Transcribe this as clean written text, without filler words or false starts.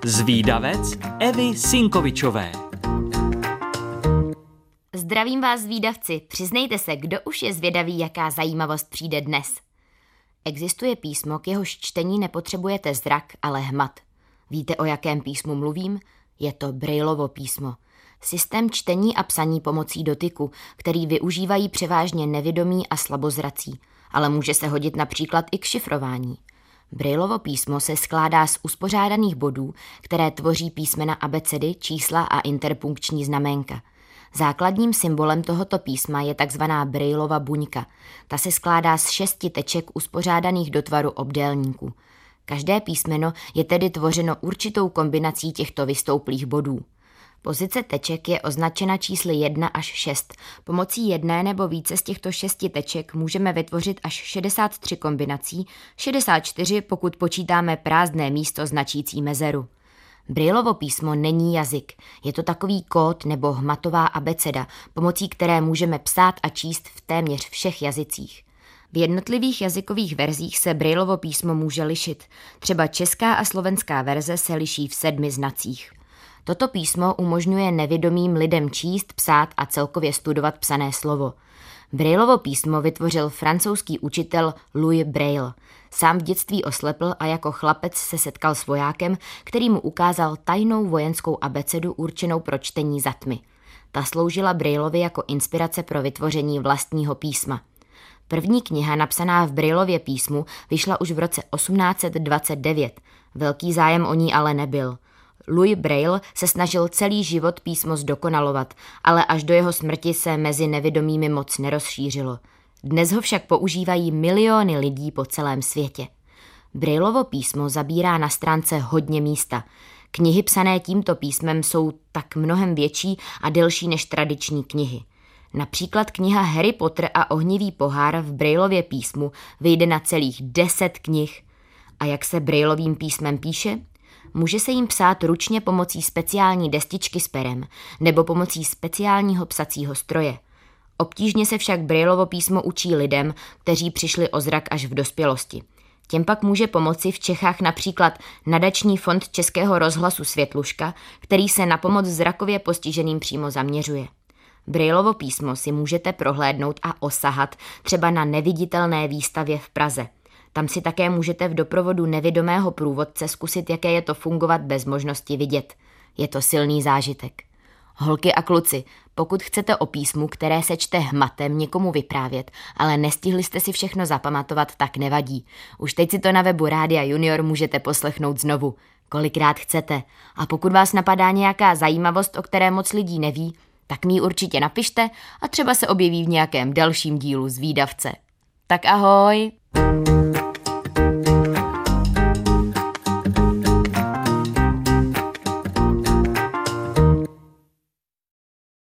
Zvídavec Evy Sinkovičové. Zdravím vás, zvídavci. Přiznejte se, kdo už je zvědavý, jaká zajímavost přijde dnes. Existuje písmo, k jehož čtení nepotřebujete zrak, ale hmat. Víte, o jakém písmu mluvím? Je to Braillovo písmo. Systém čtení a psaní pomocí dotyku, který využívají převážně nevidomí a slabozrací, ale může se hodit například i k šifrování. Braillovo písmo se skládá z uspořádaných bodů, které tvoří písmena abecedy, čísla a interpunkční znaménka. Základním symbolem tohoto písma je takzvaná Braillova buňka. Ta se skládá z 6 teček uspořádaných do tvaru obdélníku. Každé písmeno je tedy tvořeno určitou kombinací těchto vystouplých bodů. Pozice teček je označena čísly 1 až 6. Pomocí jedné nebo více z těchto 6 teček můžeme vytvořit až 63 kombinací, 64 pokud počítáme prázdné místo značící mezeru. Braillovo písmo není jazyk, je to takový kód nebo hmatová abeceda, pomocí které můžeme psát a číst v téměř všech jazycích. V jednotlivých jazykových verzích se Braillovo písmo může lišit, třeba česká a slovenská verze se liší v 7 znacích. Toto písmo umožňuje nevidomým lidem číst, psát a celkově studovat psané slovo. Braillovo písmo vytvořil francouzský učitel Louis Braille. Sám v dětství oslepl a jako chlapec se setkal s vojákem, který mu ukázal tajnou vojenskou abecedu určenou pro čtení za tmy. Ta sloužila Braillovi jako inspirace pro vytvoření vlastního písma. První kniha napsaná v Braillově písmu vyšla už v roce 1829. Velký zájem o ní ale nebyl. Louis Braille se snažil celý život písmo zdokonalovat, ale až do jeho smrti se mezi nevidomými moc nerozšířilo. Dnes ho však používají miliony lidí po celém světě. Braillovo písmo zabírá na stránce hodně místa. Knihy psané tímto písmem jsou tak mnohem větší a delší než tradiční knihy. Například kniha Harry Potter a ohnivý pohár v Braillově písmu vyjde na celých 10 knih. A jak se Braillovým písmem píše? Může se jim psát ručně pomocí speciální destičky s perem nebo pomocí speciálního psacího stroje. Obtížně se však Braillovo písmo učí lidem, kteří přišli o zrak až v dospělosti. Těm pak může pomoci v Čechách například Nadační fond Českého rozhlasu Světluška, který se na pomoc zrakově postiženým přímo zaměřuje. Braillovo písmo si můžete prohlédnout a osahat třeba na neviditelné výstavě v Praze. Tam si také můžete v doprovodu nevidomého průvodce zkusit, jaké je to fungovat bez možnosti vidět. Je to silný zážitek. Holky a kluci, pokud chcete o písmu, které se čte hmatem, někomu vyprávět, ale nestihli jste si všechno zapamatovat, tak nevadí. Už teď si to na webu Rádia Junior můžete poslechnout znovu, kolikrát chcete. A pokud vás napadá nějaká zajímavost, o které moc lidí neví, tak mi ji určitě napište a třeba se objeví v nějakém dalším dílu Zvídavce. Tak ahoj!